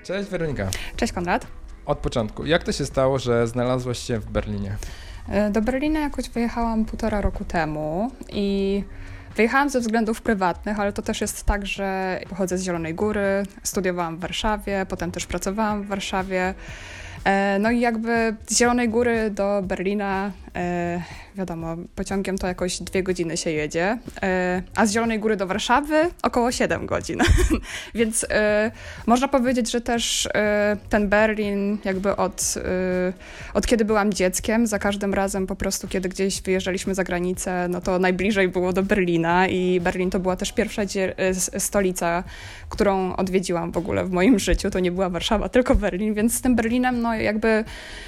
Cześć Weronika. Cześć Konrad. Od początku, jak to się stało, że znalazłaś się w Berlinie? Do Berlina jakoś wyjechałam 1,5 roku temu i wyjechałam ze względów prywatnych, ale to też jest tak, że pochodzę z Zielonej Góry, studiowałam w Warszawie, potem też pracowałam w Warszawie. No i jakby z Zielonej Góry do Berlina, wiadomo, pociągiem to jakoś 2 godziny się jedzie, a z Zielonej Góry do Warszawy około 7 godzin. Więc można powiedzieć, że też ten Berlin jakby od kiedy byłam dzieckiem, za każdym razem po prostu, kiedy gdzieś wyjeżdżaliśmy za granicę, no to najbliżej było do Berlina i Berlin to była też pierwsza stolica, którą odwiedziłam w ogóle w moim życiu. To nie była Warszawa, tylko Berlin, więc z tym Berlinem no jakby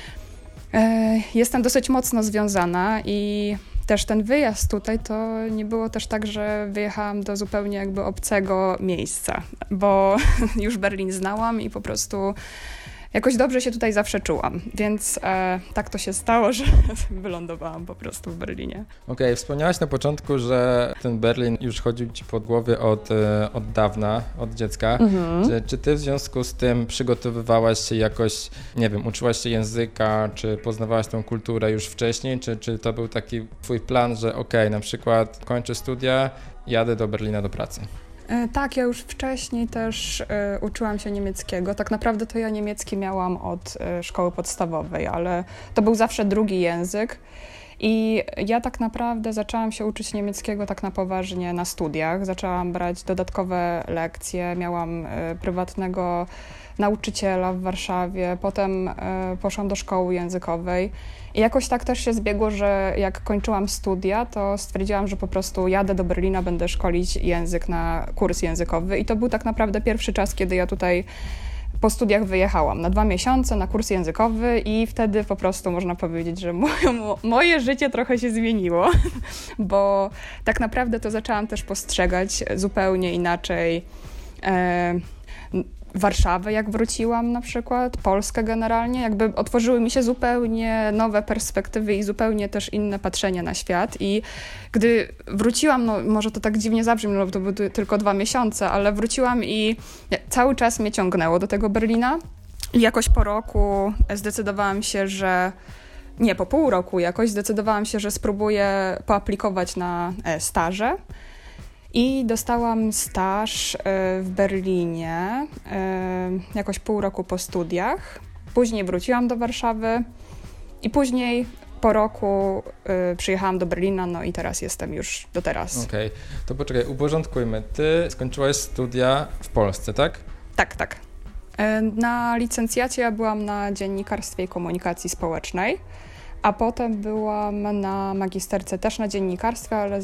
jestem dosyć mocno związana i też ten wyjazd tutaj to nie było też tak, że wyjechałam do zupełnie jakby obcego miejsca, bo już Berlin znałam i po prostu jakoś dobrze się tutaj zawsze czułam, więc tak to się stało, że wylądowałam po prostu w Berlinie. Okej, wspomniałaś na początku, że ten Berlin już chodził ci po głowie od dawna, od dziecka. Czy ty w związku z tym przygotowywałaś się jakoś, nie wiem, uczyłaś się języka, czy poznawałaś tą kulturę już wcześniej, czy to był taki twój plan, że na przykład kończę studia, jadę do Berlina do pracy? Tak, ja już wcześniej też uczyłam się niemieckiego. Tak naprawdę to ja niemiecki miałam od szkoły podstawowej, ale to był zawsze drugi język. I ja tak naprawdę zaczęłam się uczyć niemieckiego tak na poważnie na studiach. Zaczęłam brać dodatkowe lekcje, miałam prywatnego nauczyciela w Warszawie, potem poszłam do szkoły językowej. I jakoś tak też się zbiegło, że jak kończyłam studia, to stwierdziłam, że po prostu jadę do Berlina, będę szkolić język na kurs językowy. I to był tak naprawdę pierwszy czas, kiedy ja tutaj po studiach wyjechałam na 2 miesiące na kurs językowy i wtedy po prostu można powiedzieć, że moje życie trochę się zmieniło, bo tak naprawdę to zaczęłam też postrzegać zupełnie inaczej Warszawę, jak wróciłam na przykład, Polskę generalnie, jakby otworzyły mi się zupełnie nowe perspektywy i zupełnie też inne patrzenie na świat i gdy wróciłam, no może to tak dziwnie zabrzmi, no bo to były tylko 2 miesiące, ale wróciłam i cały czas mnie ciągnęło do tego Berlina i jakoś po roku zdecydowałam się, że po pół roku jakoś zdecydowałam się, że spróbuję poaplikować na staże. I dostałam staż w Berlinie jakoś pół roku po studiach. Później wróciłam do Warszawy i później po roku przyjechałam do Berlina, no i teraz jestem już do teraz. Okej, to poczekaj, uporządkujmy. Ty skończyłaś studia w Polsce, tak? Tak. Na licencjacie ja byłam na dziennikarstwie i komunikacji społecznej. A potem byłam na magisterce też na dziennikarstwie, ale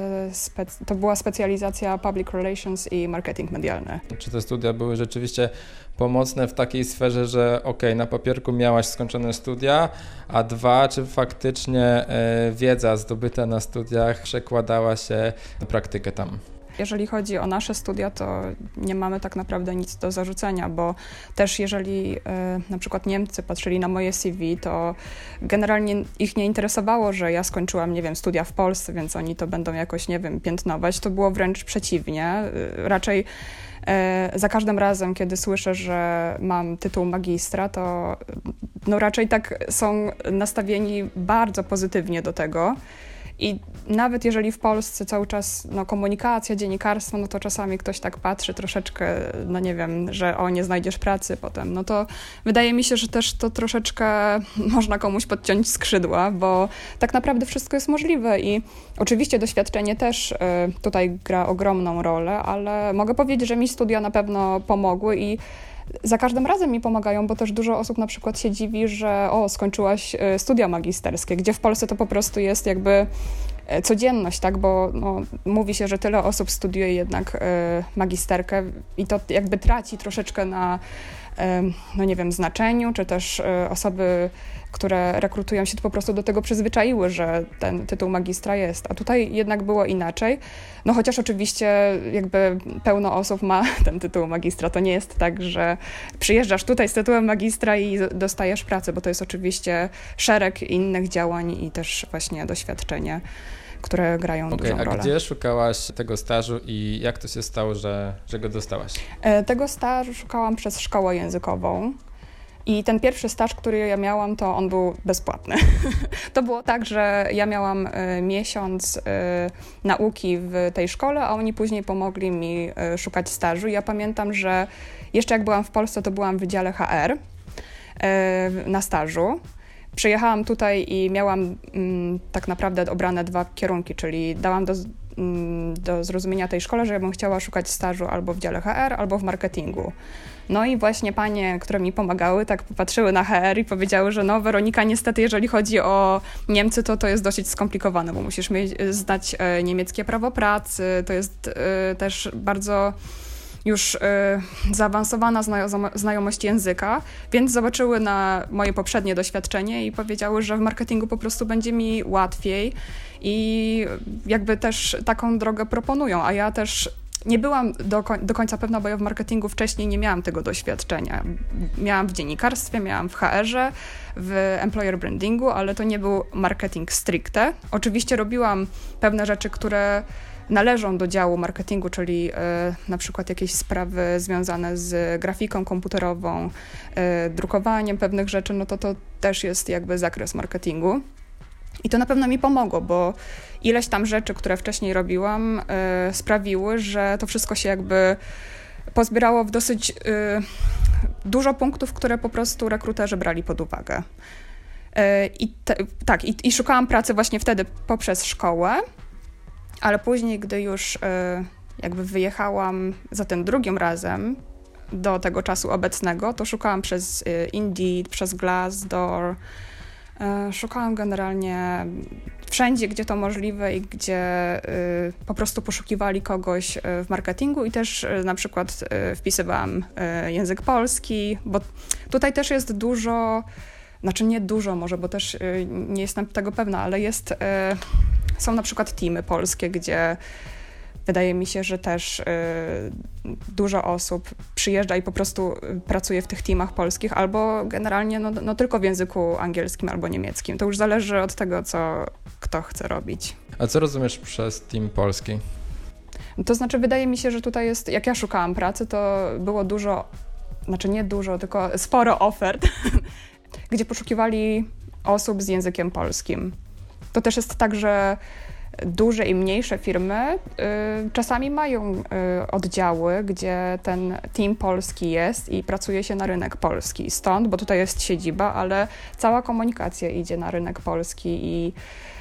to była specjalizacja Public Relations i marketing medialny. Czy te studia były rzeczywiście pomocne w takiej sferze, że na papierku miałaś skończone studia, a 2, czy faktycznie wiedza zdobyta na studiach przekładała się na praktykę tam? Jeżeli chodzi o nasze studia, to nie mamy tak naprawdę nic do zarzucenia, bo też jeżeli na przykład Niemcy patrzyli na moje CV, to generalnie ich nie interesowało, że ja skończyłam, studia w Polsce, więc oni to będą jakoś, piętnować. To było wręcz przeciwnie. Raczej za każdym razem, kiedy słyszę, że mam tytuł magistra, to raczej tak są nastawieni bardzo pozytywnie do tego. I nawet jeżeli w Polsce cały czas komunikacja, dziennikarstwo, to czasami ktoś tak patrzy troszeczkę, że nie znajdziesz pracy potem, to wydaje mi się, że też to troszeczkę można komuś podciąć skrzydła, bo tak naprawdę wszystko jest możliwe i oczywiście doświadczenie też tutaj gra ogromną rolę, ale mogę powiedzieć, że mi studia na pewno pomogły i za każdym razem mi pomagają, bo też dużo osób na przykład się dziwi, że skończyłaś studia magisterskie, gdzie w Polsce to po prostu jest jakby codzienność, tak, bo mówi się, że tyle osób studiuje jednak magisterkę i to jakby traci troszeczkę na znaczeniu, czy też osoby, które rekrutują się, to po prostu do tego przyzwyczaiły, że ten tytuł magistra jest, a tutaj jednak było inaczej. Chociaż oczywiście jakby pełno osób ma ten tytuł magistra. To nie jest tak, że przyjeżdżasz tutaj z tytułem magistra i dostajesz pracę, bo to jest oczywiście szereg innych działań i też właśnie doświadczenie, które grają dużą rolę. A gdzie szukałaś tego stażu i jak to się stało, że go dostałaś? Tego stażu szukałam przez szkołę językową. I ten pierwszy staż, który ja miałam, to on był bezpłatny. To było tak, że ja miałam miesiąc nauki w tej szkole, a oni później pomogli mi szukać stażu. I ja pamiętam, że jeszcze jak byłam w Polsce, to byłam w Wydziale HR na stażu. Przyjechałam tutaj i miałam tak naprawdę obrane 2 kierunki, czyli dałam do zrozumienia tej szkole, że ja bym chciała szukać stażu albo w dziale HR, albo w marketingu. No i właśnie panie, które mi pomagały, tak popatrzyły na HR i powiedziały, że no Weronika, niestety jeżeli chodzi o Niemcy, to jest dosyć skomplikowane, bo musisz znać niemieckie prawo pracy, to jest też bardzo już zaawansowana znajomość języka, więc zobaczyły na moje poprzednie doświadczenie i powiedziały, że w marketingu po prostu będzie mi łatwiej i jakby też taką drogę proponują, a ja też nie byłam do końca pewna, bo ja w marketingu wcześniej nie miałam tego doświadczenia. Miałam w dziennikarstwie, miałam w HR-ze, w employer brandingu, ale to nie był marketing stricte. Oczywiście robiłam pewne rzeczy, które należą do działu marketingu, czyli na przykład jakieś sprawy związane z grafiką komputerową, drukowaniem pewnych rzeczy, no to też jest jakby zakres marketingu. I to na pewno mi pomogło, bo ileś tam rzeczy, które wcześniej robiłam, sprawiły, że to wszystko się jakby pozbierało w dosyć dużo punktów, które po prostu rekruterzy brali pod uwagę. I szukałam pracy właśnie wtedy poprzez szkołę, ale później, gdy już jakby wyjechałam za tym drugim razem do tego czasu obecnego, to szukałam przez Indeed, przez Glassdoor. Szukałam generalnie wszędzie, gdzie to możliwe i gdzie po prostu poszukiwali kogoś w marketingu i też na przykład wpisywałam język polski, bo tutaj też jest dużo, znaczy nie dużo może, bo też nie jestem tego pewna, ale są na przykład teamy polskie, gdzie wydaje mi się, że też dużo osób przyjeżdża i po prostu pracuje w tych teamach polskich, albo generalnie no tylko w języku angielskim albo niemieckim. To już zależy od tego, co kto chce robić. A co rozumiesz przez team polski? To znaczy, wydaje mi się, że tutaj jest, jak ja szukałam pracy, to było dużo, znaczy nie dużo, tylko sporo ofert, gdzie poszukiwali osób z językiem polskim. To też jest tak, że duże i mniejsze firmy czasami mają oddziały, gdzie ten team polski jest i pracuje się na rynek polski. Stąd, bo tutaj jest siedziba, ale cała komunikacja idzie na rynek polski i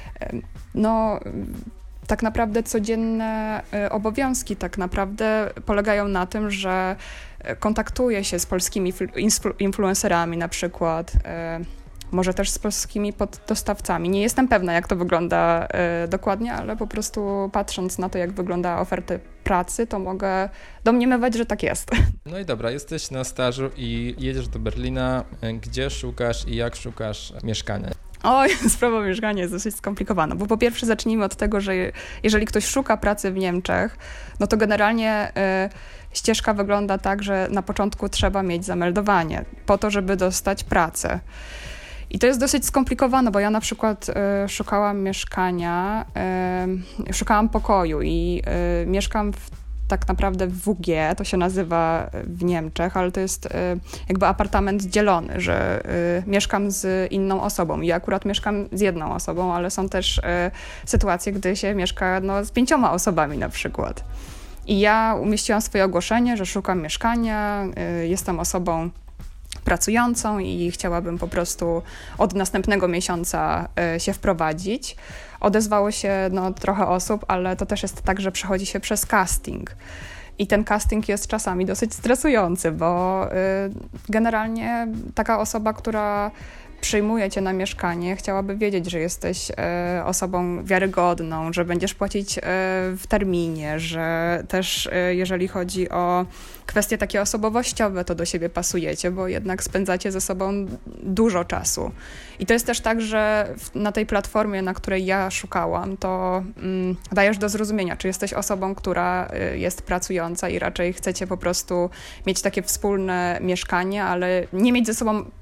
no tak naprawdę codzienne obowiązki tak naprawdę polegają na tym, że kontaktuję się z polskimi influencerami na przykład, może też z polskimi poddostawcami. Nie jestem pewna, jak to wygląda dokładnie, ale po prostu patrząc na to, jak wygląda oferta pracy, to mogę domniemywać, że tak jest. No i dobra, jesteś na stażu i jedziesz do Berlina. Gdzie szukasz i jak szukasz mieszkania? Sprawa mieszkania jest dosyć skomplikowana, bo po pierwsze zacznijmy od tego, że jeżeli ktoś szuka pracy w Niemczech, no to generalnie ścieżka wygląda tak, że na początku trzeba mieć zameldowanie po to, żeby dostać pracę. I to jest dosyć skomplikowane, bo ja na przykład szukałam mieszkania, szukałam pokoju i mieszkam tak naprawdę w WG, to się nazywa w Niemczech, ale to jest jakby apartament dzielony, że mieszkam z inną osobą i ja akurat mieszkam z jedną osobą, ale są też sytuacje, gdy się mieszka z 5 osobami na przykład. I ja umieściłam swoje ogłoszenie, że szukam mieszkania, jestem osobą pracującą i chciałabym po prostu od następnego miesiąca się wprowadzić. Odezwało się trochę osób, ale to też jest tak, że przechodzi się przez casting. I ten casting jest czasami dosyć stresujący, bo generalnie taka osoba, która przyjmuje cię na mieszkanie, chciałaby wiedzieć, że jesteś osobą wiarygodną, że będziesz płacić w terminie, że też jeżeli chodzi o kwestie takie osobowościowe, to do siebie pasujecie, bo jednak spędzacie ze sobą dużo czasu. I to jest też tak, że na tej platformie, na której ja szukałam, to dajesz do zrozumienia, czy jesteś osobą, która jest pracująca i raczej chcecie po prostu mieć takie wspólne mieszkanie, ale nie mieć ze sobą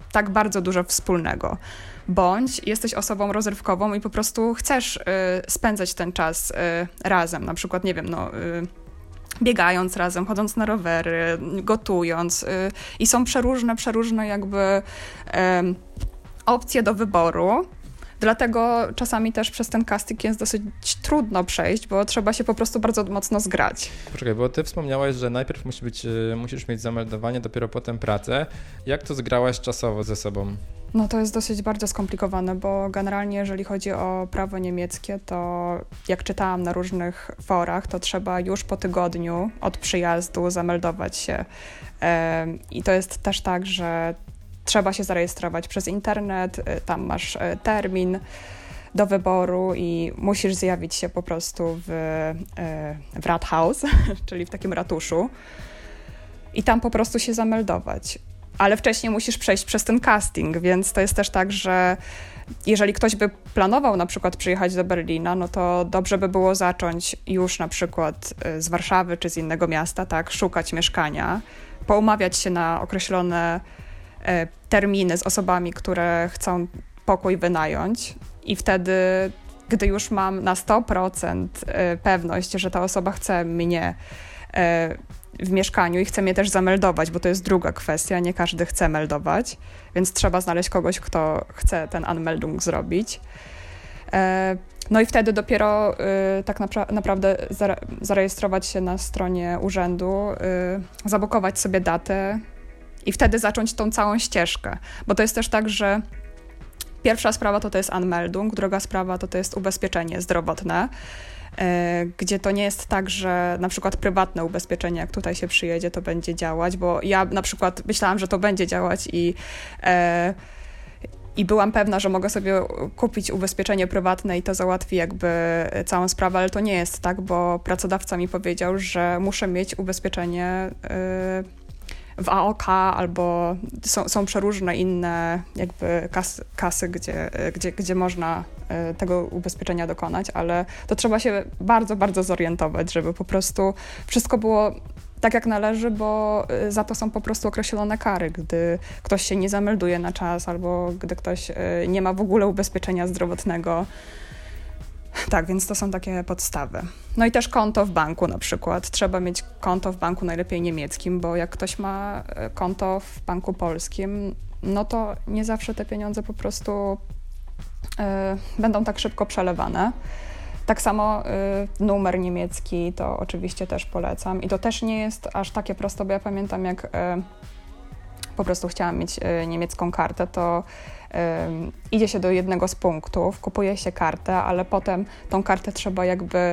tak bardzo dużo wspólnego. Bądź jesteś osobą rozrywkową i po prostu chcesz spędzać ten czas razem, na przykład, nie wiem, biegając razem, chodząc na rowery, gotując i są przeróżne jakby opcje do wyboru. Dlatego czasami też przez ten casting jest dosyć trudno przejść, bo trzeba się po prostu bardzo mocno zgrać. Poczekaj, bo ty wspomniałaś, że najpierw musisz mieć zameldowanie, dopiero potem pracę. Jak to zgrałaś czasowo ze sobą? No to jest dosyć bardzo skomplikowane, bo generalnie jeżeli chodzi o prawo niemieckie, to jak czytałam na różnych forach, to trzeba już po tygodniu od przyjazdu zameldować się. I to jest też tak, że trzeba się zarejestrować przez internet, tam masz termin do wyboru i musisz zjawić się po prostu w Rathaus, czyli w takim ratuszu i tam po prostu się zameldować. Ale wcześniej musisz przejść przez ten casting, więc to jest też tak, że jeżeli ktoś by planował na przykład przyjechać do Berlina, no to dobrze by było zacząć już na przykład z Warszawy czy z innego miasta, tak, szukać mieszkania, poumawiać się na określone terminy z osobami, które chcą pokój wynająć i wtedy, gdy już mam na 100% pewność, że ta osoba chce mnie w mieszkaniu i chce mnie też zameldować, bo to jest druga kwestia, nie każdy chce meldować, więc trzeba znaleźć kogoś, kto chce ten Anmeldung zrobić. No i wtedy dopiero tak naprawdę zarejestrować się na stronie urzędu, zabukować sobie datę i wtedy zacząć tą całą ścieżkę, bo to jest też tak, że pierwsza sprawa to jest Anmeldung, druga sprawa to jest ubezpieczenie zdrowotne, gdzie to nie jest tak, że na przykład prywatne ubezpieczenie, jak tutaj się przyjedzie, to będzie działać, bo ja na przykład myślałam, że to będzie działać i byłam pewna, że mogę sobie kupić ubezpieczenie prywatne i to załatwi jakby całą sprawę, ale to nie jest tak, bo pracodawca mi powiedział, że muszę mieć ubezpieczenie w AOK albo są przeróżne inne jakby kasy, gdzie można tego ubezpieczenia dokonać, ale to trzeba się bardzo, bardzo zorientować, żeby po prostu wszystko było tak jak należy, bo za to są po prostu określone kary, gdy ktoś się nie zamelduje na czas albo gdy ktoś nie ma w ogóle ubezpieczenia zdrowotnego. Tak, więc to są takie podstawy. No i też konto w banku na przykład. Trzeba mieć konto w banku najlepiej niemieckim, bo jak ktoś ma konto w banku polskim, no to nie zawsze te pieniądze po prostu będą tak szybko przelewane. Tak samo numer niemiecki to oczywiście też polecam i to też nie jest aż takie proste, bo ja pamiętam jak po prostu chciałam mieć niemiecką kartę, to idzie się do jednego z punktów, kupuje się kartę, ale potem tą kartę trzeba jakby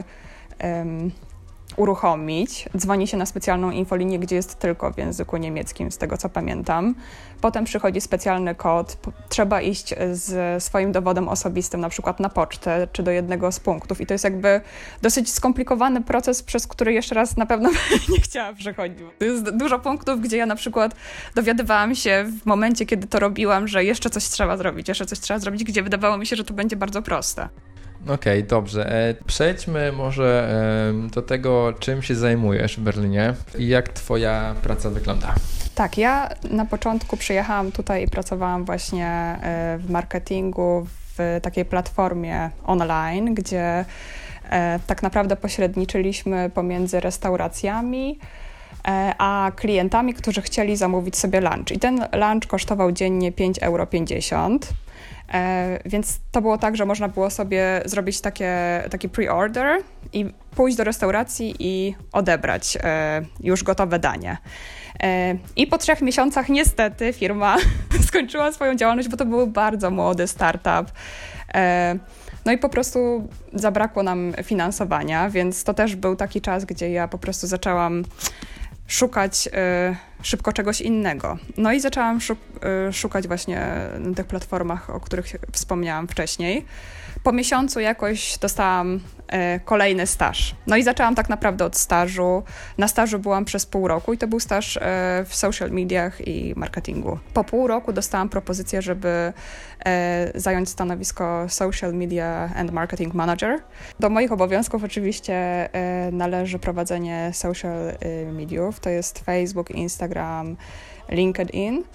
uruchomić. Dzwoni się na specjalną infolinię, gdzie jest tylko w języku niemieckim, z tego co pamiętam. Potem przychodzi specjalny kod. Trzeba iść z swoim dowodem osobistym, na przykład na pocztę, czy do jednego z punktów. I to jest jakby dosyć skomplikowany proces, przez który jeszcze raz na pewno nie chciałam przechodzić. To jest dużo punktów, gdzie ja na przykład dowiadywałam się w momencie, kiedy to robiłam, że jeszcze coś trzeba zrobić, gdzie wydawało mi się, że to będzie bardzo proste. Okej, dobrze. Przejdźmy może do tego, czym się zajmujesz w Berlinie i jak twoja praca wygląda. Tak, ja na początku przyjechałam tutaj i pracowałam właśnie w marketingu, w takiej platformie online, gdzie tak naprawdę pośredniczyliśmy pomiędzy restauracjami a klientami, którzy chcieli zamówić sobie lunch. I ten lunch kosztował dziennie 5,50 euro. Więc to było tak, że można było sobie zrobić taki pre-order i pójść do restauracji i odebrać już gotowe danie. I po 3 miesiącach niestety firma skończyła swoją działalność, bo to był bardzo młody startup. No i po prostu zabrakło nam finansowania, więc to też był taki czas, gdzie ja po prostu zaczęłam szukać szybko czegoś innego. No i zaczęłam szukać właśnie na tych platformach, o których wspomniałam wcześniej. Po miesiącu jakoś dostałam kolejny staż. No i zaczęłam tak naprawdę od stażu. Na stażu byłam przez pół roku i to był staż w social mediach i marketingu. Po pół roku dostałam propozycję, żeby zająć stanowisko Social Media and Marketing Manager. Do moich obowiązków oczywiście należy prowadzenie social mediów. To jest Facebook, Instagram, LinkedIn.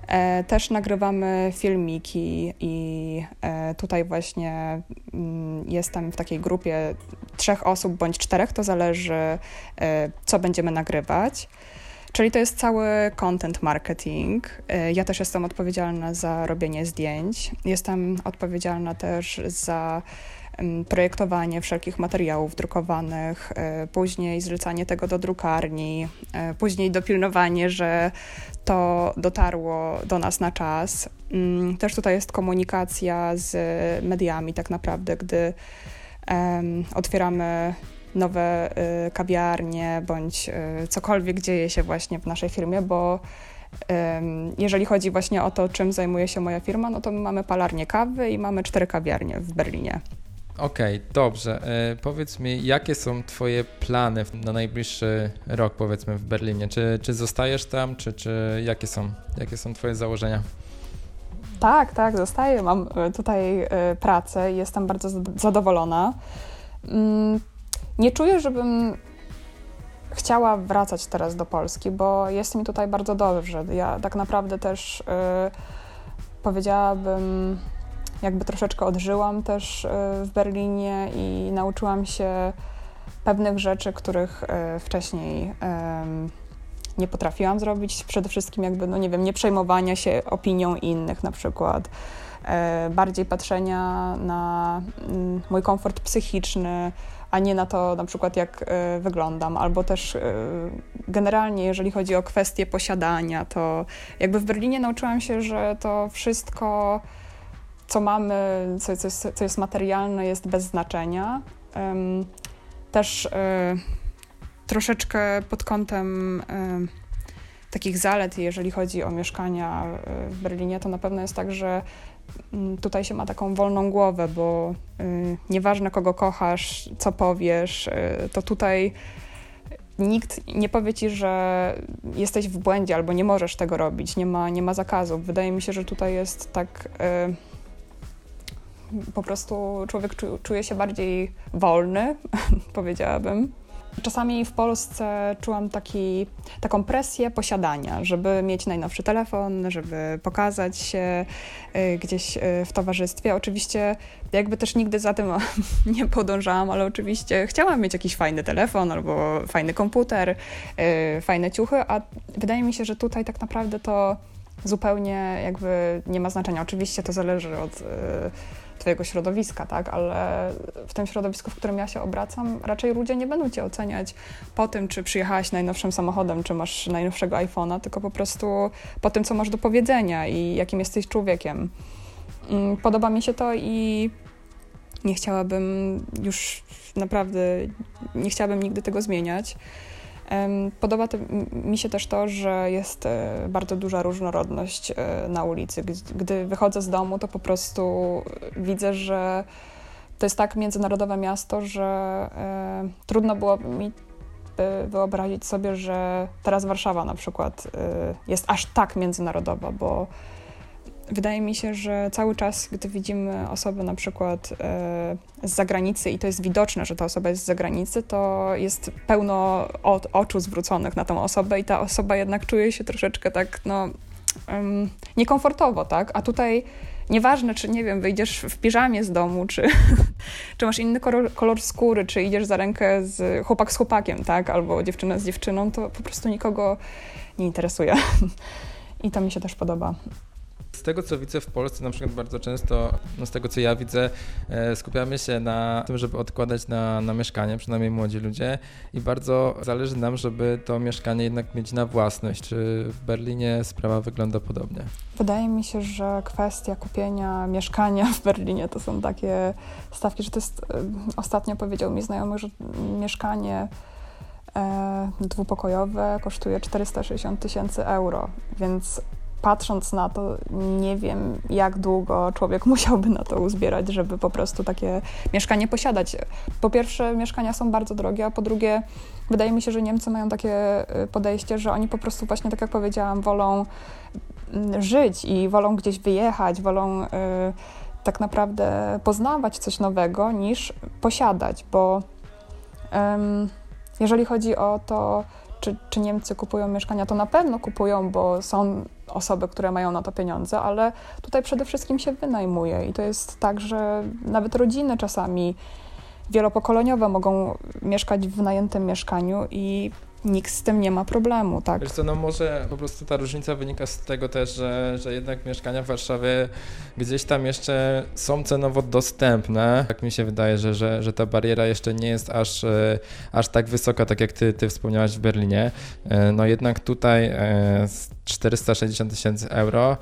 Też nagrywamy filmiki i tutaj właśnie jestem w takiej grupie 3 osób bądź 4, to zależy, co będziemy nagrywać. Czyli to jest cały content marketing. Ja też jestem odpowiedzialna za robienie zdjęć. Jestem odpowiedzialna też za projektowanie wszelkich materiałów drukowanych, później zlecanie tego do drukarni, później dopilnowanie, że to dotarło do nas na czas. Też tutaj jest komunikacja z mediami tak naprawdę, gdy otwieramy nowe kawiarnie bądź cokolwiek dzieje się właśnie w naszej firmie, bo jeżeli chodzi właśnie o to, czym zajmuje się moja firma, no to my mamy palarnię kawy i mamy 4 kawiarnie w Berlinie. Okej, dobrze. Powiedz mi, jakie są twoje plany na najbliższy rok, powiedzmy, w Berlinie? Czy zostajesz tam, czy jakie są twoje założenia? Tak, zostaję. Mam tutaj pracę i jestem bardzo zadowolona. Nie czuję, żebym chciała wracać teraz do Polski, bo jest mi tutaj bardzo dobrze. Ja tak naprawdę też powiedziałabym, jakby troszeczkę odżyłam też w Berlinie i nauczyłam się pewnych rzeczy, których wcześniej nie potrafiłam zrobić. Przede wszystkim jakby, no nie wiem, nie przejmowania się opinią innych na przykład, bardziej patrzenia na mój komfort psychiczny, a nie na to na przykład jak wyglądam, albo też generalnie jeżeli chodzi o kwestie posiadania, to jakby w Berlinie nauczyłam się, że to wszystko, co mamy, co jest materialne, jest bez znaczenia. Też troszeczkę pod kątem takich zalet, jeżeli chodzi o mieszkania w Berlinie, to na pewno jest tak, że tutaj się ma taką wolną głowę, bo nieważne kogo kochasz, co powiesz, to tutaj nikt nie powie ci, że jesteś w błędzie albo nie możesz tego robić, nie ma zakazów. Wydaje mi się, że tutaj jest tak po prostu człowiek czuje się bardziej wolny, powiedziałabym. Czasami w Polsce czułam taką presję posiadania, żeby mieć najnowszy telefon, żeby pokazać się gdzieś w towarzystwie. Oczywiście jakby też nigdy za tym nie podążałam, ale oczywiście chciałam mieć jakiś fajny telefon albo fajny komputer, fajne ciuchy, a wydaje mi się, że tutaj tak naprawdę to zupełnie jakby nie ma znaczenia. Oczywiście to zależy od twojego środowiska, tak? Ale w tym środowisku, w którym ja się obracam, raczej ludzie nie będą cię oceniać po tym, czy przyjechałaś najnowszym samochodem, czy masz najnowszego iPhone'a, tylko po prostu po tym, co masz do powiedzenia i jakim jesteś człowiekiem. Podoba mi się to i nie chciałabym już naprawdę, nie chciałabym nigdy tego zmieniać. Podoba mi się też to, że jest bardzo duża różnorodność na ulicy. Gdy wychodzę z domu, to po prostu widzę, że to jest tak międzynarodowe miasto, że trudno było mi wyobrazić sobie, że teraz Warszawa na przykład jest aż tak międzynarodowa, bo wydaje mi się, że cały czas, gdy widzimy osobę na przykład z zagranicy i to jest widoczne, że ta osoba jest z zagranicy, to jest pełno oczu zwróconych na tą osobę i ta osoba jednak czuje się troszeczkę tak, niekomfortowo, tak? A tutaj nieważne, czy, nie wiem, wyjdziesz w piżamie z domu, czy masz inny kolor skóry, czy idziesz za rękę chłopak z chłopakiem, tak? Albo dziewczyna z dziewczyną, to po prostu nikogo nie interesuje. I to mi się też podoba. Z tego, co widzę w Polsce, na przykład bardzo często, z tego, co ja widzę, skupiamy się na tym, żeby odkładać na mieszkanie, przynajmniej młodzi ludzie, i bardzo zależy nam, żeby to mieszkanie jednak mieć na własność. Czy w Berlinie sprawa wygląda podobnie? Wydaje mi się, że kwestia kupienia mieszkania w Berlinie to są takie stawki, że to jest, ostatnio powiedział mi znajomy, że mieszkanie dwupokojowe kosztuje 460 000 euro, więc patrząc na to, nie wiem, jak długo człowiek musiałby na to uzbierać, żeby po prostu takie mieszkanie posiadać. Po pierwsze, mieszkania są bardzo drogie, a po drugie, wydaje mi się, że Niemcy mają takie podejście, że oni po prostu właśnie, tak jak powiedziałam, wolą żyć i wolą gdzieś wyjechać, wolą tak naprawdę poznawać coś nowego niż posiadać, bo jeżeli chodzi o to, czy Niemcy kupują mieszkania, to na pewno kupują, bo są osoby, które mają na to pieniądze, ale tutaj przede wszystkim się wynajmuje i to jest tak, że nawet rodziny czasami wielopokoleniowe mogą mieszkać w wynajętym mieszkaniu i nikt z tym nie ma problemu, tak? Wiesz co, no może po prostu ta różnica wynika z tego też, że jednak mieszkania w Warszawie gdzieś tam jeszcze są cenowo dostępne. Tak mi się wydaje, że ta bariera jeszcze nie jest aż tak wysoka, tak jak ty wspomniałaś w Berlinie. No jednak tutaj 460 000 euro,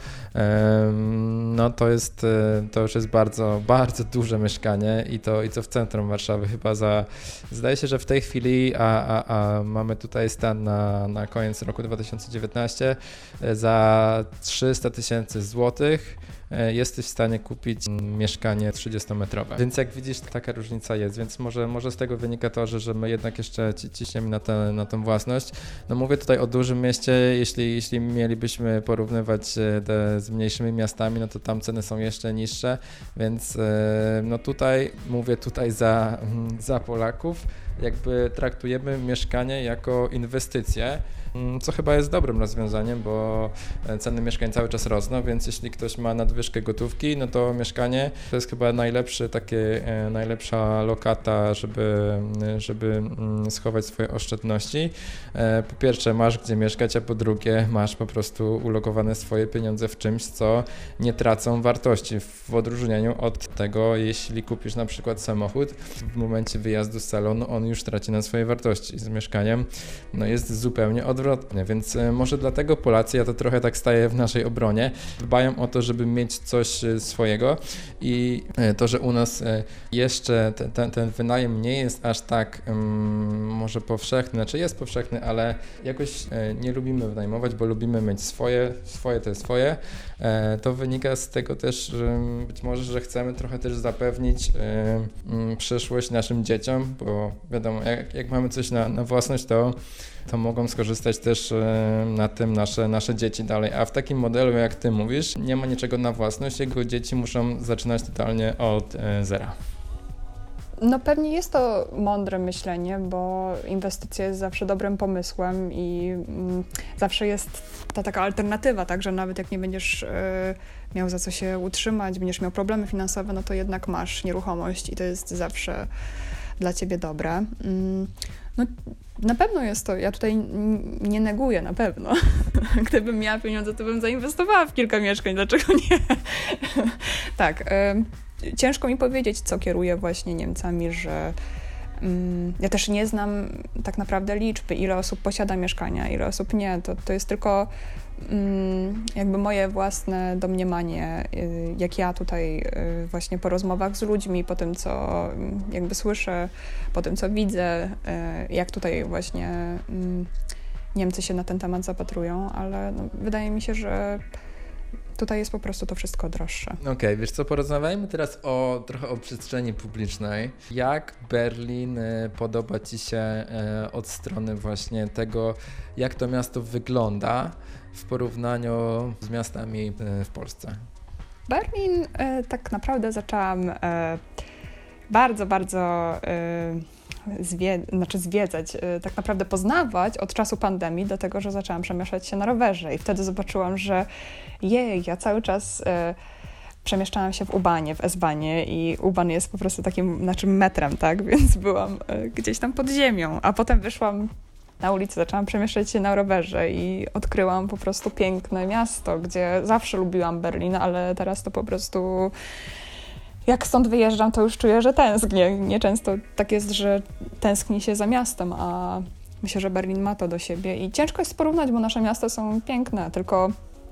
no to już jest bardzo, bardzo duże mieszkanie i to w centrum Warszawy chyba zdaje się, że w tej chwili, a mamy tutaj stan na koniec roku 2019, za 300 000 złotych jesteś w stanie kupić mieszkanie 30-metrowe. Więc jak widzisz, taka różnica jest, więc może z tego wynika to, że my jednak jeszcze ciśniemy na tę własność. No mówię tutaj o dużym mieście, jeśli mielibyśmy porównywać z mniejszymi miastami, no to tam ceny są jeszcze niższe, więc no mówię tutaj za Polaków, jakby traktujemy mieszkanie jako inwestycję, co chyba jest dobrym rozwiązaniem, bo ceny mieszkań cały czas rosną, więc jeśli ktoś ma nadwyżkę gotówki, no to mieszkanie to jest chyba najlepsza lokata, żeby schować swoje oszczędności. Po pierwsze masz gdzie mieszkać, a po drugie masz po prostu ulokowane swoje pieniądze w czymś, co nie tracą wartości, w odróżnieniu od tego, jeśli kupisz na przykład samochód, w momencie wyjazdu z salonu on już traci na swojej wartości. Z mieszkaniem no jest zupełnie odwrotnie, więc może dlatego Polacy, ja to trochę tak staję w naszej obronie, dbają o to, żeby mieć coś swojego i to, że u nas jeszcze ten wynajem nie jest aż tak może powszechny, znaczy jest powszechny, ale jakoś nie lubimy wynajmować, bo lubimy mieć swoje to jest swoje. To wynika z tego też, że być może, że chcemy trochę też zapewnić przyszłość naszym dzieciom, bo wiadomo, jak mamy coś na własność, to mogą skorzystać też na tym nasze dzieci dalej. A w takim modelu, jak ty mówisz, nie ma niczego na własność, jego dzieci muszą zaczynać totalnie od zera. No pewnie jest to mądre myślenie, bo inwestycja jest zawsze dobrym pomysłem i zawsze jest ta taka alternatywa, tak, że nawet jak nie będziesz miał za co się utrzymać, będziesz miał problemy finansowe, no to jednak masz nieruchomość i to jest zawsze dla ciebie dobre. No, na pewno jest to, ja tutaj nie neguję, na pewno. Gdybym miała pieniądze, to bym zainwestowała w kilka mieszkań, dlaczego nie? Tak, ciężko mi powiedzieć, co kieruje właśnie Niemcami, że ja też nie znam tak naprawdę liczby, ile osób posiada mieszkania, ile osób nie. To jest tylko jakby moje własne domniemanie, jak ja tutaj właśnie po rozmowach z ludźmi, po tym, co jakby słyszę, po tym, co widzę, jak tutaj właśnie Niemcy się na ten temat zapatrują, ale no, wydaje mi się, że tutaj jest po prostu to wszystko droższe. Okej, wiesz co, porozmawiajmy teraz trochę o przestrzeni publicznej. Jak Berlin podoba ci się od strony właśnie tego, jak to miasto wygląda w porównaniu z miastami w Polsce? Berlin tak naprawdę zaczęłam bardzo zwiedzać, tak naprawdę poznawać od czasu pandemii, dlatego że zaczęłam przemieszczać się na rowerze i wtedy zobaczyłam, że ja cały czas przemieszczałam się w U-Bahnie, w S-Bahnie i U-Bahn jest po prostu takim metrem, tak, więc byłam gdzieś tam pod ziemią, a potem wyszłam na ulicy, zaczęłam przemieszczać się na rowerze i odkryłam po prostu piękne miasto, gdzie zawsze lubiłam Berlin, ale teraz to po prostu jak stąd wyjeżdżam, to już czuję, że tęsknię. Nieczęsto tak jest, że tęskni się za miastem, a myślę, że Berlin ma to do siebie i ciężko jest porównać, bo nasze miasta są piękne, tylko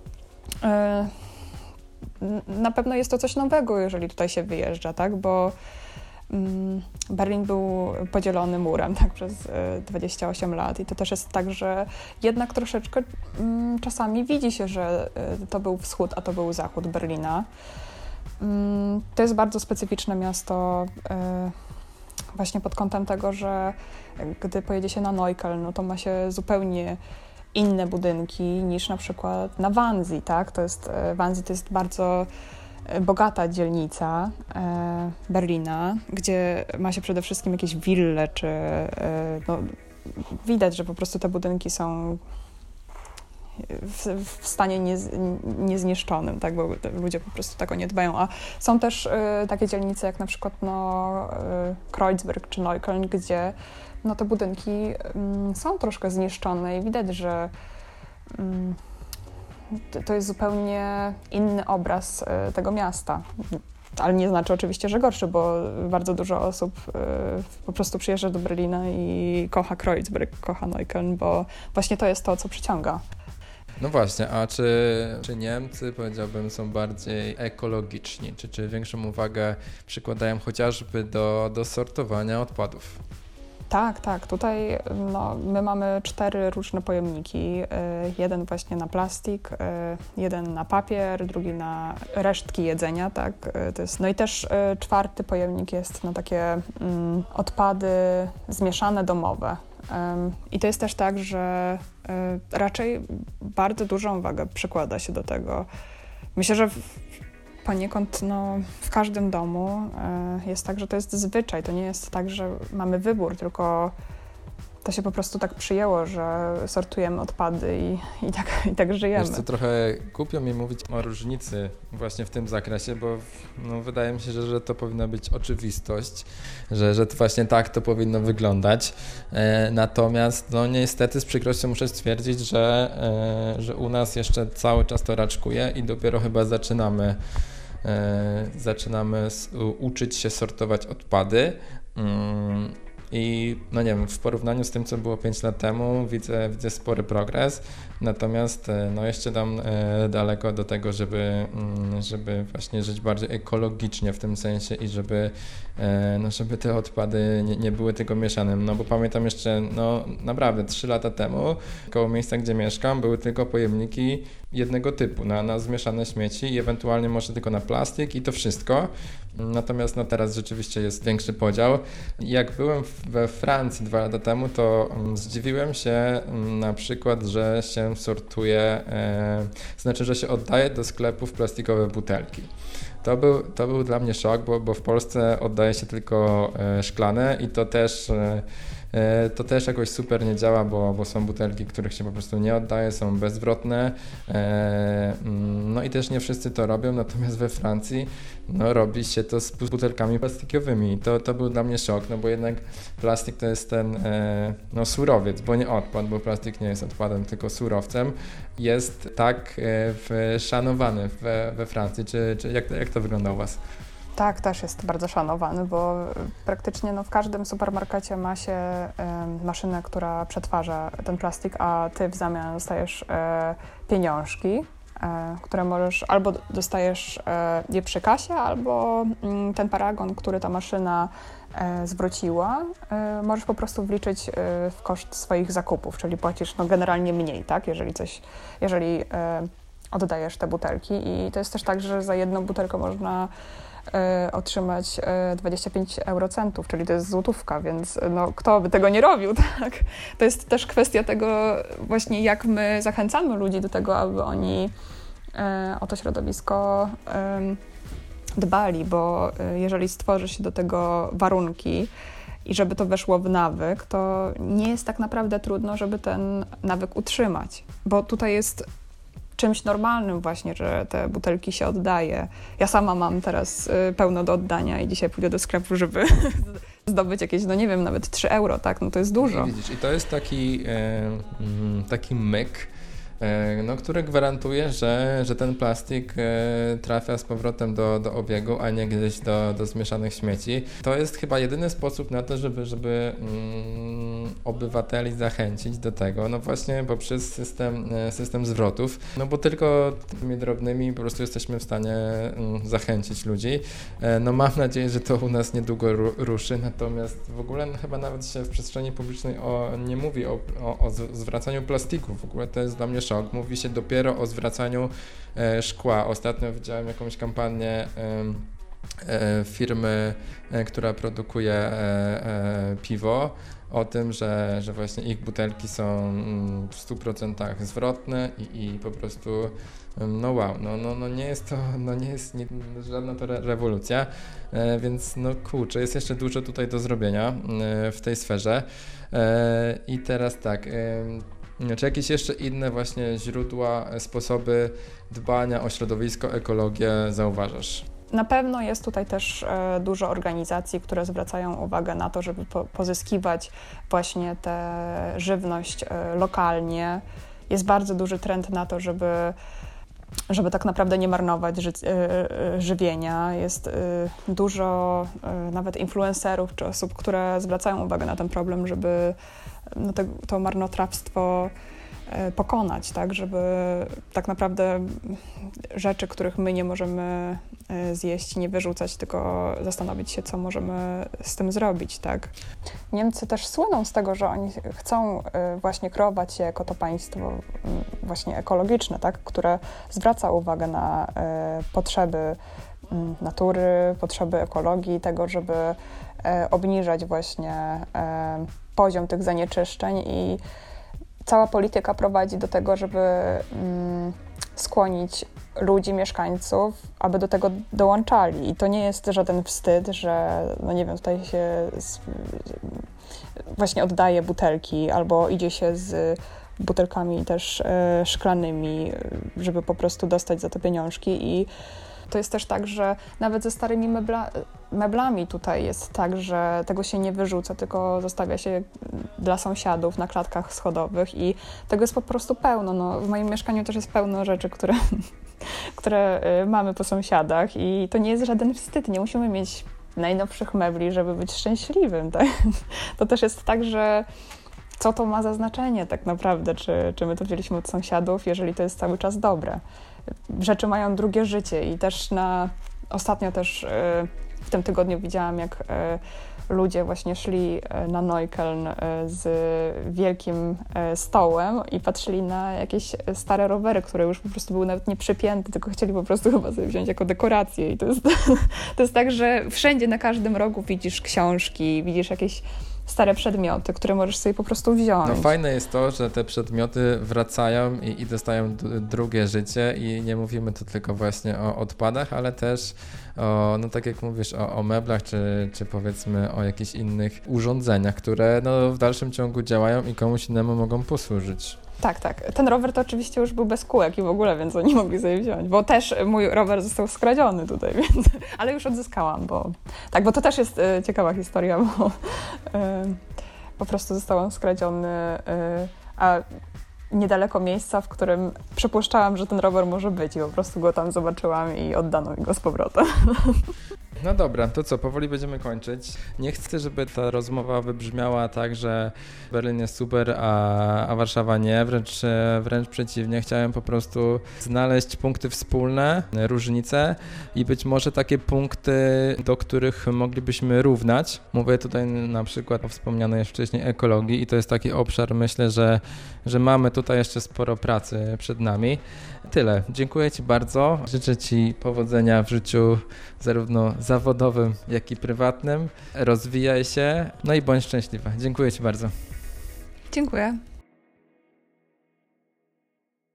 na pewno jest to coś nowego, jeżeli tutaj się wyjeżdża, tak, bo Berlin był podzielony murem, tak, przez 28 lat i to też jest tak, że jednak troszeczkę czasami widzi się, że to był wschód, a to był zachód Berlina. To jest bardzo specyficzne miasto właśnie pod kątem tego, że gdy pojedzie się na Neukölln, no to ma się zupełnie inne budynki niż na przykład na Wannsee, tak? Wannsee to jest bardzo bogata dzielnica Berlina, gdzie ma się przede wszystkim jakieś wille, czy no, widać, że po prostu te budynki są w stanie niezniszczonym, tak, bo ludzie po prostu tak o nie dbają. A są też takie dzielnice jak na przykład Kreuzberg czy Neukölln, gdzie te budynki są troszkę zniszczone i widać, że to jest zupełnie inny obraz tego miasta. Ale nie znaczy oczywiście, że gorszy, bo bardzo dużo osób po prostu przyjeżdża do Berlina i kocha Kreuzberg, kocha Neukölln, bo właśnie to jest to, co przyciąga. No właśnie, a czy Niemcy, powiedziałbym, są bardziej ekologiczni, czy większą uwagę przykładają chociażby do sortowania odpadów? Tak. Tutaj my mamy 4 różne pojemniki. Jeden właśnie na plastik, jeden na papier, drugi na resztki jedzenia, tak. No i też 4. pojemnik jest na takie odpady zmieszane domowe. I to jest też tak, że raczej bardzo dużą uwagę przykłada się do tego. Myślę, że poniekąd w każdym domu jest tak, że to jest zwyczaj. To nie jest tak, że mamy wybór, tylko to się po prostu tak przyjęło, że sortujemy odpady i tak żyjemy. Wiesz co, trochę głupio mi mówić o różnicy właśnie w tym zakresie, bo wydaje mi się, że to powinna być oczywistość, że to właśnie tak to powinno wyglądać. Natomiast niestety z przykrością muszę stwierdzić, że u nas jeszcze cały czas to raczkuje i dopiero chyba zaczynamy uczyć się sortować odpady. I nie wiem, w porównaniu z tym, co było 5 lat temu, widzę spory progres, natomiast jeszcze tam daleko do tego, żeby właśnie żyć bardziej ekologicznie w tym sensie i żeby te odpady nie były tylko mieszane. Bo pamiętam jeszcze, naprawdę 3 lata temu koło miejsca, gdzie mieszkam, były tylko pojemniki jednego typu na zmieszane śmieci i ewentualnie może tylko na plastik i to wszystko. Natomiast teraz rzeczywiście jest większy podział. Jak byłem we Francji 2 lata temu, to zdziwiłem się na przykład, że się sortuje, że się oddaje do sklepów plastikowe butelki. To był dla mnie szok, bo w Polsce oddaje się tylko szklane i to też jakoś super nie działa, bo są butelki, których się po prostu nie oddaje, są bezzwrotne. I też nie wszyscy to robią, natomiast we Francji robi się to z butelkami plastikowymi. To był dla mnie szok, bo jednak plastik to jest ten surowiec, bo nie odpad, bo plastik nie jest odpadem, tylko surowcem. Jest tak szanowany we Francji. Czy jak to wygląda u Was? Tak, też jest bardzo szanowany, bo praktycznie w każdym supermarkecie ma się maszynę, która przetwarza ten plastik, a ty w zamian dostajesz pieniążki, które możesz, albo dostajesz je przy kasie, albo ten paragon, który ta maszyna zwróciła, możesz po prostu wliczyć w koszt swoich zakupów, czyli płacisz generalnie mniej, tak, jeżeli oddajesz te butelki. I to jest też tak, że za jedną butelkę można otrzymać 25 eurocentów, czyli to jest złotówka, więc kto by tego nie robił, tak? To jest też kwestia tego właśnie, jak my zachęcamy ludzi do tego, aby oni o to środowisko dbali, bo jeżeli stworzy się do tego warunki i żeby to weszło w nawyk, to nie jest tak naprawdę trudno, żeby ten nawyk utrzymać, bo tutaj jest czymś normalnym właśnie, że te butelki się oddaje. Ja sama mam teraz pełno do oddania i dzisiaj pójdę do sklepu, żeby zdobyć jakieś, nie wiem, nawet 3 euro, tak? To jest dużo. I widzisz, i to jest taki myk, który gwarantuje, że ten plastik trafia z powrotem do obiegu, a nie gdzieś do zmieszanych śmieci. To jest chyba jedyny sposób na to, żeby obywateli zachęcić do tego, właśnie poprzez system zwrotów, bo tylko tymi drobnymi po prostu jesteśmy w stanie zachęcić ludzi. Mam nadzieję, że to u nas niedługo ruszy, natomiast w ogóle chyba nawet się w przestrzeni publicznej nie mówi o zwracaniu plastiku. W ogóle to jest dla mnie szok. Mówi się dopiero o zwracaniu szkła. Ostatnio widziałem jakąś kampanię firmy, która produkuje piwo, o tym, że właśnie ich butelki są w 100% zwrotne i po prostu no wow, nie jest to, żadna to rewolucja, więc no kurczę, jest jeszcze dużo tutaj do zrobienia w tej sferze. I teraz tak, czy jakieś jeszcze inne właśnie źródła, sposoby dbania o środowisko, ekologię zauważasz? Na pewno jest tutaj też dużo organizacji, które zwracają uwagę na to, żeby pozyskiwać właśnie tę żywność lokalnie. Jest bardzo duży trend na to, żeby tak naprawdę nie marnować żywienia. Jest dużo nawet influencerów czy osób, które zwracają uwagę na ten problem, żeby to marnotrawstwo pokonać, tak, żeby tak naprawdę rzeczy, których my nie możemy zjeść, nie wyrzucać, tylko zastanowić się, co możemy z tym zrobić, tak. Niemcy też słyną z tego, że oni chcą właśnie kreować się jako to państwo właśnie ekologiczne, tak, które zwraca uwagę na potrzeby natury, potrzeby ekologii, tego, żeby obniżać właśnie poziom tych zanieczyszczeń i cała polityka prowadzi do tego, żeby skłonić ludzi, mieszkańców, aby do tego dołączali. I to nie jest żaden wstyd, że, no nie wiem, tutaj się właśnie oddaje butelki albo idzie się z butelkami też szklanymi, żeby po prostu dostać za to pieniążki. I to jest też tak, że nawet ze starymi meblami tutaj jest tak, że tego się nie wyrzuca, tylko zostawia się dla sąsiadów na klatkach schodowych i tego jest po prostu pełno. No, w moim mieszkaniu też jest pełno rzeczy, które mamy po sąsiadach i to nie jest żaden wstyd. Nie musimy mieć najnowszych mebli, żeby być szczęśliwym. Tak? To też jest tak, że co to ma za znaczenie tak naprawdę, czy my to wzięliśmy od sąsiadów, jeżeli to jest cały czas dobre. Rzeczy mają drugie życie i też ostatnio też w tym tygodniu widziałam, jak ludzie właśnie szli na Neukölln z wielkim stołem i patrzyli na jakieś stare rowery, które już po prostu były nawet nie przypięte, tylko chcieli po prostu chyba sobie wziąć jako dekorację. I to jest tak, że wszędzie na każdym rogu widzisz książki, widzisz jakieś stare przedmioty, które możesz sobie po prostu wziąć. No fajne jest to, że te przedmioty wracają i dostają drugie życie i nie mówimy tu tylko właśnie o odpadach, ale też o, no tak jak mówisz, o meblach, czy powiedzmy o jakichś innych urządzeniach, które no w dalszym ciągu działają i komuś innemu mogą posłużyć. Tak, tak. Ten rower to oczywiście już był bez kółek i w ogóle, więc oni mogli sobie wziąć, bo też mój rower został skradziony tutaj, więc, ale już odzyskałam, bo to też jest ciekawa historia, bo po prostu został on skradziony, a niedaleko miejsca, w którym przypuszczałam, że ten rower może być i po prostu go tam zobaczyłam i oddano mi go z powrotem. No dobra, to co, powoli będziemy kończyć. Nie chcę, żeby ta rozmowa wybrzmiała tak, że Berlin jest super, a Warszawa nie, wręcz przeciwnie. Chciałem po prostu znaleźć punkty wspólne, różnice i być może takie punkty, do których moglibyśmy równać. Mówię tutaj na przykład o wspomnianej już wcześniej ekologii i to jest taki obszar, myślę, że mamy tutaj jeszcze sporo pracy przed nami. Tyle. Dziękuję Ci bardzo. Życzę Ci powodzenia w życiu zarówno zawodowym, jak i prywatnym. Rozwijaj się, no i bądź szczęśliwa. Dziękuję Ci bardzo. Dziękuję.